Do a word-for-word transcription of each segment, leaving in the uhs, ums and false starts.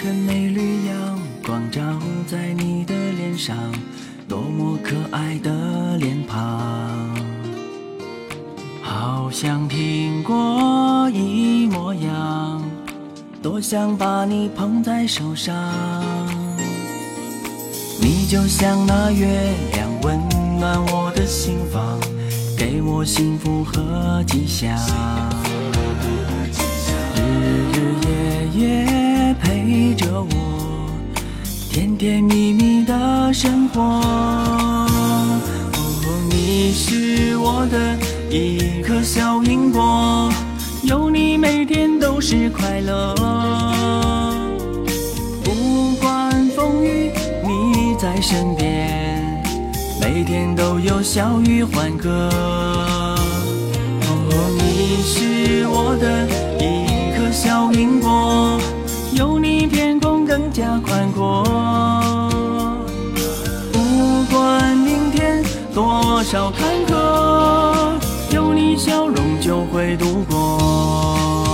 的美丽阳光照在你的脸上，多么可爱的脸庞，好像苹果一模样，多想把你捧在手上。你就像那月亮，温暖我的心房，给我幸福和吉祥。日日夜夜陪着我，甜甜蜜蜜的生活。哦，你是我的一颗小苹果，有你每天都是快乐。不管风雨，你在身边，每天都有笑语欢歌。哦，你是我的一颗小苹果，有你天空更加宽阔。不管明天多少坎坷，有你笑容就会度过。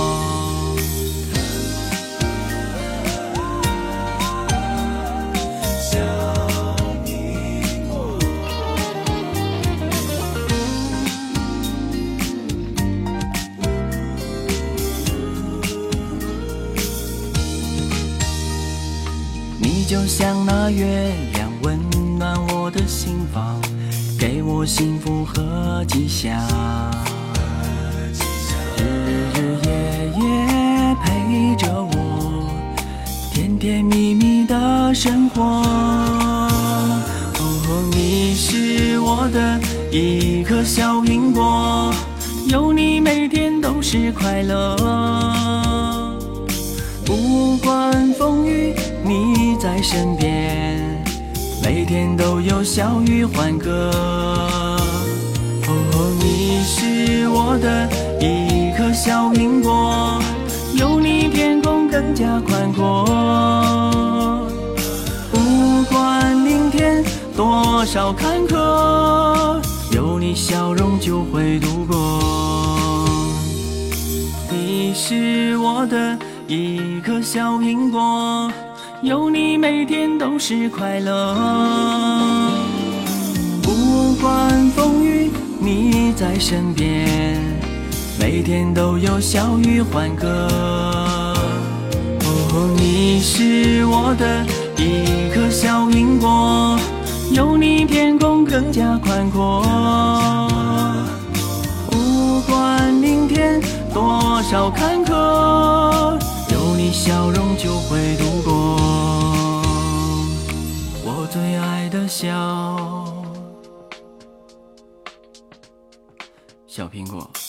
你就像那月亮，温暖我的心房，给我幸福和吉祥。日日夜夜陪着我，甜甜蜜蜜的生活。哦，你是我的一颗小苹果，有你每天都是快乐。不管风雨，你在身边，每天都有笑语欢歌。哦，你是我的一颗小苹果，有你天空更加宽阔。不管明天多少坎坷，有你笑容就会度过。你是我的一颗小苹果，有你每天都是快乐。不管风雨，你在身边，每天都有笑语欢歌。哦，你是我的一颗小苹果，有你天空更加宽阔。不管明天多少坎坷，有你笑容就会度过。我最爱的小小苹果。